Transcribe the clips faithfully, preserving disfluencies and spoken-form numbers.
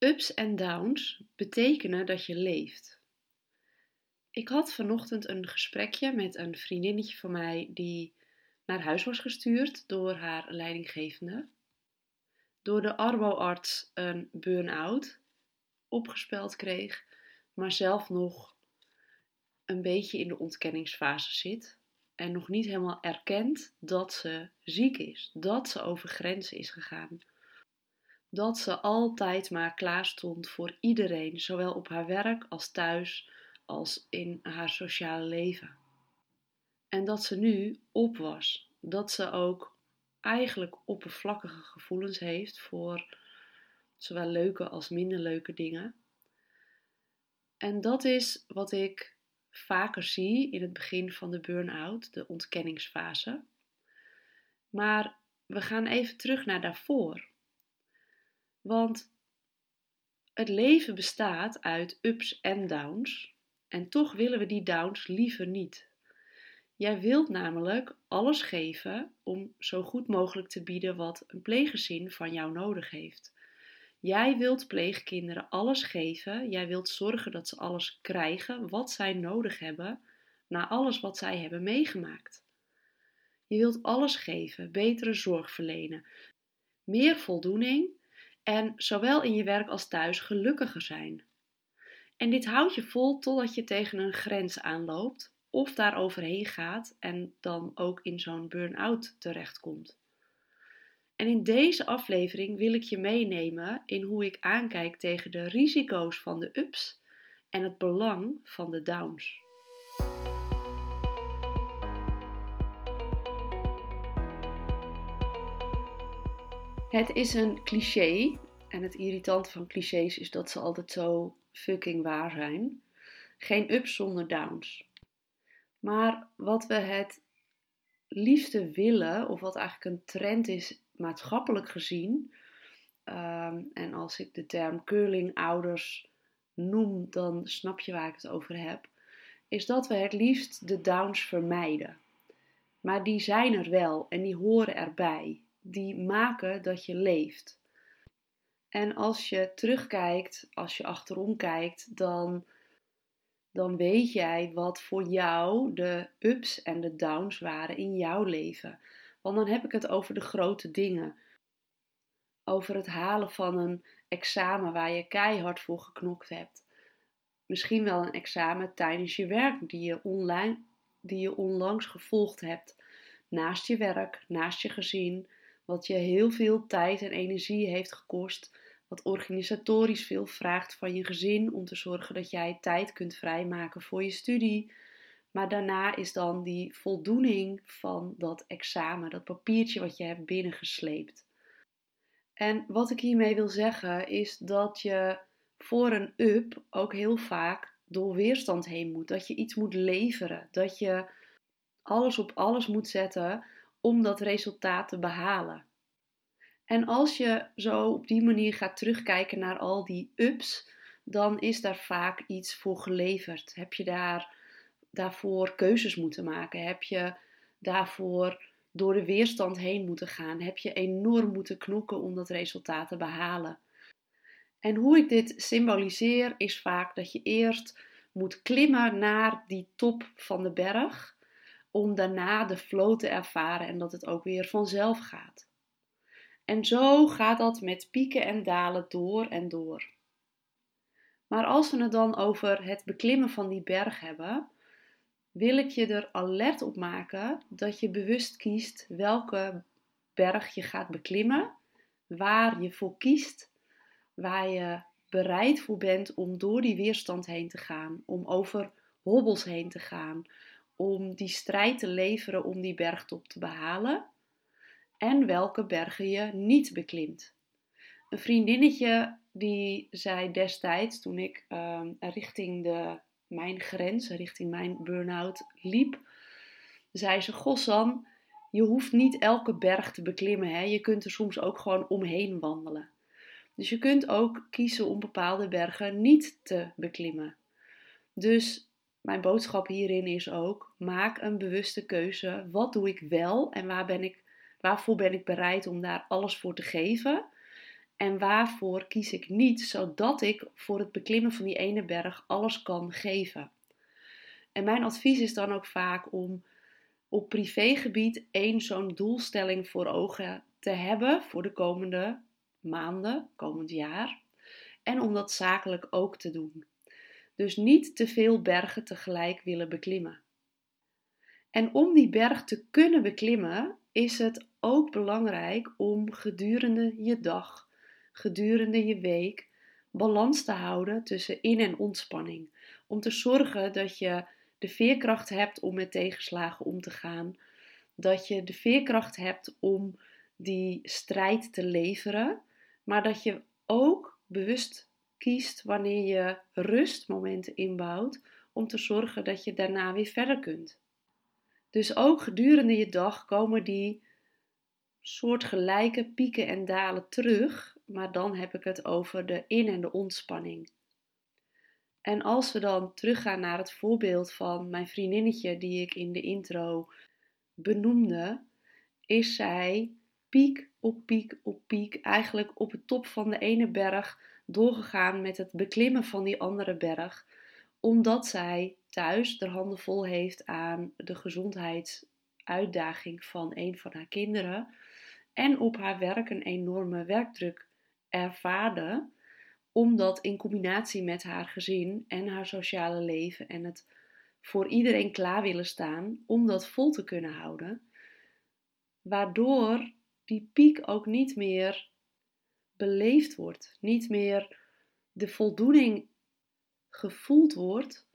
Ups en downs betekenen dat je leeft. Ik had vanochtend een gesprekje met een vriendinnetje van mij die naar huis was gestuurd door haar leidinggevende. Door de arboarts een burn-out opgespeld kreeg, maar zelf nog een beetje in de ontkenningsfase zit. En nog niet helemaal erkent dat ze ziek is, dat ze over grenzen is gegaan. Dat ze altijd maar klaar stond voor iedereen, zowel op haar werk als thuis, als in haar sociale leven. En dat ze nu op was. Dat ze ook eigenlijk oppervlakkige gevoelens heeft voor zowel leuke als minder leuke dingen. En dat is wat ik vaker zie in het begin van de burn-out, de ontkenningsfase. Maar we gaan even terug naar daarvoor. Want het leven bestaat uit ups en downs. En toch willen we die downs liever niet. Jij wilt namelijk alles geven om zo goed mogelijk te bieden wat een pleeggezin van jou nodig heeft. Jij wilt pleegkinderen alles geven. Jij wilt zorgen dat ze alles krijgen wat zij nodig hebben na alles wat zij hebben meegemaakt. Je wilt alles geven, betere zorg verlenen, meer voldoening en zowel in je werk als thuis gelukkiger zijn. En dit houdt je vol totdat je tegen een grens aanloopt of daar overheen gaat en dan ook in zo'n burn-out terechtkomt. En in deze aflevering wil ik je meenemen in hoe ik aankijk tegen de risico's van de ups en het belang van de downs. Het is een cliché en het irritante van clichés is dat ze altijd zo fucking waar zijn. Geen ups zonder downs. Maar wat we het liefste willen, of wat eigenlijk een trend is maatschappelijk gezien, um, en als ik de term curlingouders noem, dan snap je waar ik het over heb, is dat we het liefst de downs vermijden. Maar die zijn er wel en die horen erbij. Die maken dat je leeft. En als je terugkijkt, als je achterom kijkt, dan, dan weet jij wat voor jou de ups en de downs waren in jouw leven. Want dan heb ik het over de grote dingen. Over het halen van een examen waar je keihard voor geknokt hebt. Misschien wel een examen tijdens je werk die je, online, die je onlangs gevolgd hebt. Naast je werk, naast je gezin. Wat je heel veel tijd en energie heeft gekost. Wat organisatorisch veel vraagt van je gezin. Om te zorgen dat jij tijd kunt vrijmaken voor je studie. Maar daarna is dan die voldoening van dat examen. Dat papiertje wat je hebt binnengesleept. En wat ik hiermee wil zeggen is dat je voor een up ook heel vaak door weerstand heen moet. Dat je iets moet leveren. Dat je alles op alles moet zetten om dat resultaat te behalen. En als je zo op die manier gaat terugkijken naar al die ups, dan is daar vaak iets voor geleverd. Heb je daar, daarvoor keuzes moeten maken? Heb je daarvoor door de weerstand heen moeten gaan? Heb je enorm moeten knokken om dat resultaat te behalen? En hoe ik dit symboliseer is vaak dat je eerst moet klimmen naar die top van de berg, om daarna de flow te ervaren en dat het ook weer vanzelf gaat. En zo gaat dat met pieken en dalen door en door. Maar als we het dan over het beklimmen van die berg hebben, wil ik je er alert op maken dat je bewust kiest welke berg je gaat beklimmen, waar je voor kiest, waar je bereid voor bent om door die weerstand heen te gaan, om over hobbels heen te gaan, om die strijd te leveren om die bergtop te behalen en welke bergen je niet beklimt. Een vriendinnetje die zei destijds toen ik uh, richting de, mijn grens, richting mijn burn-out liep, zei ze: "Goh Sam, je hoeft niet elke berg te beklimmen, hè? Je kunt er soms ook gewoon omheen wandelen. Dus je kunt ook kiezen om bepaalde bergen niet te beklimmen. Dus mijn boodschap hierin is ook: maak een bewuste keuze. Wat doe ik wel en waar ben ik, waarvoor ben ik bereid om daar alles voor te geven? En waarvoor kies ik niet, zodat ik voor het beklimmen van die ene berg alles kan geven. En mijn advies is dan ook vaak om op privégebied één zo'n doelstelling voor ogen te hebben voor de komende maanden, komend jaar. En om dat zakelijk ook te doen. Dus niet te veel bergen tegelijk willen beklimmen. En om die berg te kunnen beklimmen is het ook belangrijk om gedurende je dag, gedurende je week, balans te houden tussen in- en ontspanning. Om te zorgen dat je de veerkracht hebt om met tegenslagen om te gaan. Dat je de veerkracht hebt om die strijd te leveren. Maar dat je ook bewust kiest wanneer je rustmomenten inbouwt. Om te zorgen dat je daarna weer verder kunt. Dus ook gedurende je dag komen die soortgelijke pieken en dalen terug. Maar dan heb ik het over de in- en de ontspanning. En als we dan teruggaan naar het voorbeeld van mijn vriendinnetje die ik in de intro benoemde, is zij piek op piek op piek eigenlijk op het top van de ene berg doorgegaan met het beklimmen van die andere berg, omdat zij thuis de handen vol heeft aan de gezondheidsuitdaging van een van haar kinderen en op haar werk een enorme werkdruk ervaarde, om dat in combinatie met haar gezin en haar sociale leven en het voor iedereen klaar willen staan om dat vol te kunnen houden, waardoor die piek ook niet meer beleefd wordt, niet meer de voldoening gevoeld wordt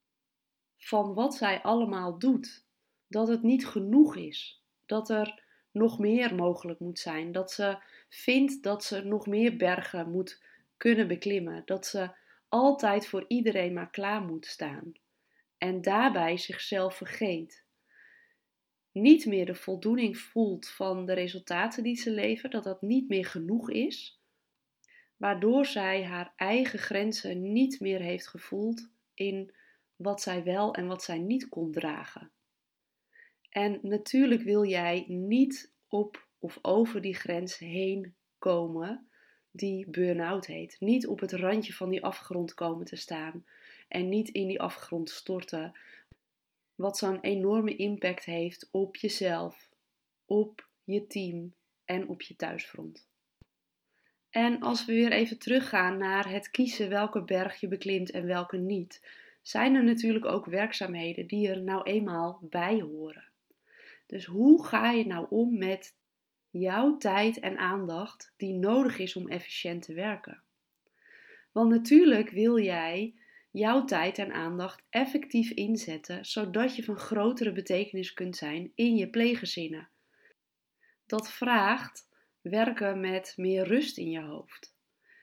van wat zij allemaal doet. Dat het niet genoeg is, dat er nog meer mogelijk moet zijn, dat ze vindt dat ze nog meer bergen moet kunnen beklimmen, dat ze altijd voor iedereen maar klaar moet staan en daarbij zichzelf vergeet. Niet meer de voldoening voelt van de resultaten die ze levert, dat dat niet meer genoeg is, waardoor zij haar eigen grenzen niet meer heeft gevoeld in wat zij wel en wat zij niet kon dragen. En natuurlijk wil jij niet op of over die grens heen komen die burn-out heet. Niet op het randje van die afgrond komen te staan en niet in die afgrond storten, wat zo'n enorme impact heeft op jezelf, op je team en op je thuisfront. En als we weer even teruggaan naar het kiezen welke berg je beklimt en welke niet, zijn er natuurlijk ook werkzaamheden die er nou eenmaal bij horen. Dus hoe ga je nou om met jouw tijd en aandacht die nodig is om efficiënt te werken? Want natuurlijk wil jij jouw tijd en aandacht effectief inzetten, zodat je van grotere betekenis kunt zijn in je pleeggezinnen. Dat vraagt werken met meer rust in je hoofd.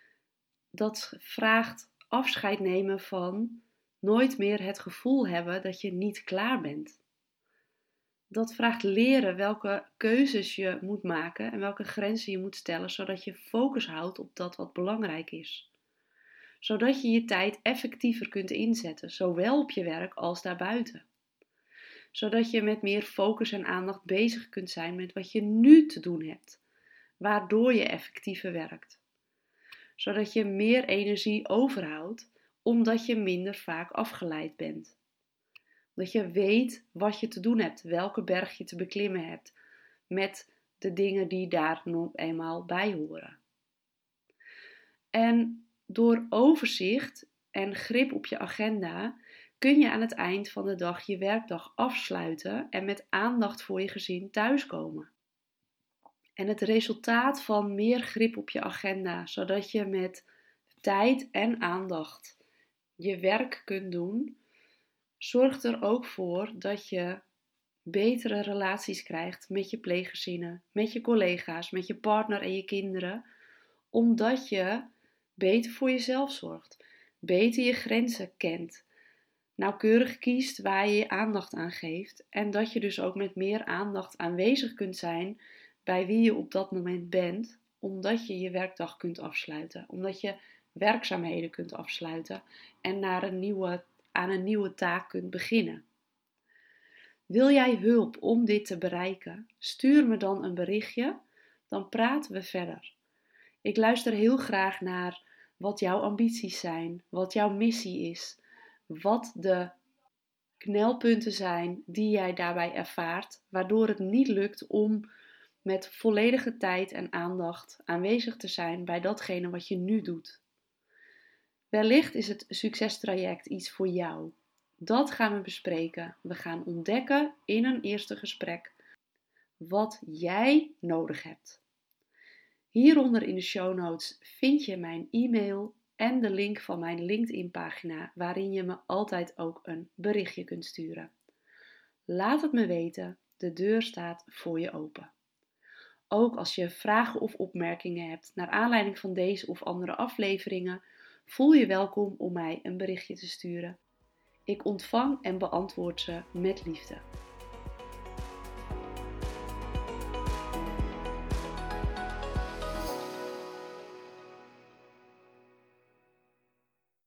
Dat vraagt afscheid nemen van nooit meer het gevoel hebben dat je niet klaar bent. Dat vraagt leren welke keuzes je moet maken en welke grenzen je moet stellen, zodat je focus houdt op dat wat belangrijk is. Zodat je je tijd effectiever kunt inzetten, zowel op je werk als daarbuiten. Zodat je met meer focus en aandacht bezig kunt zijn met wat je nu te doen hebt, waardoor je effectiever werkt. Zodat je meer energie overhoudt, omdat je minder vaak afgeleid bent. Dat je weet wat je te doen hebt, welke berg je te beklimmen hebt, met de dingen die daar nog eenmaal bij horen. En door overzicht en grip op je agenda kun je aan het eind van de dag je werkdag afsluiten en met aandacht voor je gezin thuiskomen. En het resultaat van meer grip op je agenda, zodat je met tijd en aandacht je werk kunt doen, zorgt er ook voor dat je betere relaties krijgt met je pleeggezinnen, met je collega's, met je partner en je kinderen, omdat je beter voor jezelf zorgt, beter je grenzen kent, nauwkeurig kiest waar je je aandacht aan geeft en dat je dus ook met meer aandacht aanwezig kunt zijn bij wie je op dat moment bent, omdat je je werkdag kunt afsluiten, omdat je werkzaamheden kunt afsluiten en naar een nieuwe, aan een nieuwe taak kunt beginnen. Wil jij hulp om dit te bereiken? Stuur me dan een berichtje, dan praten we verder. Ik luister heel graag naar wat jouw ambities zijn, wat jouw missie is, wat de knelpunten zijn die jij daarbij ervaart, waardoor het niet lukt om met volledige tijd en aandacht aanwezig te zijn bij datgene wat je nu doet. Wellicht is het succestraject iets voor jou. Dat gaan we bespreken. We gaan ontdekken in een eerste gesprek wat jij nodig hebt. Hieronder in de show notes vind je mijn e-mail en de link van mijn LinkedIn pagina waarin je me altijd ook een berichtje kunt sturen. Laat het me weten, de deur staat voor je open. Ook als je vragen of opmerkingen hebt naar aanleiding van deze of andere afleveringen, voel je welkom om mij een berichtje te sturen. Ik ontvang en beantwoord ze met liefde.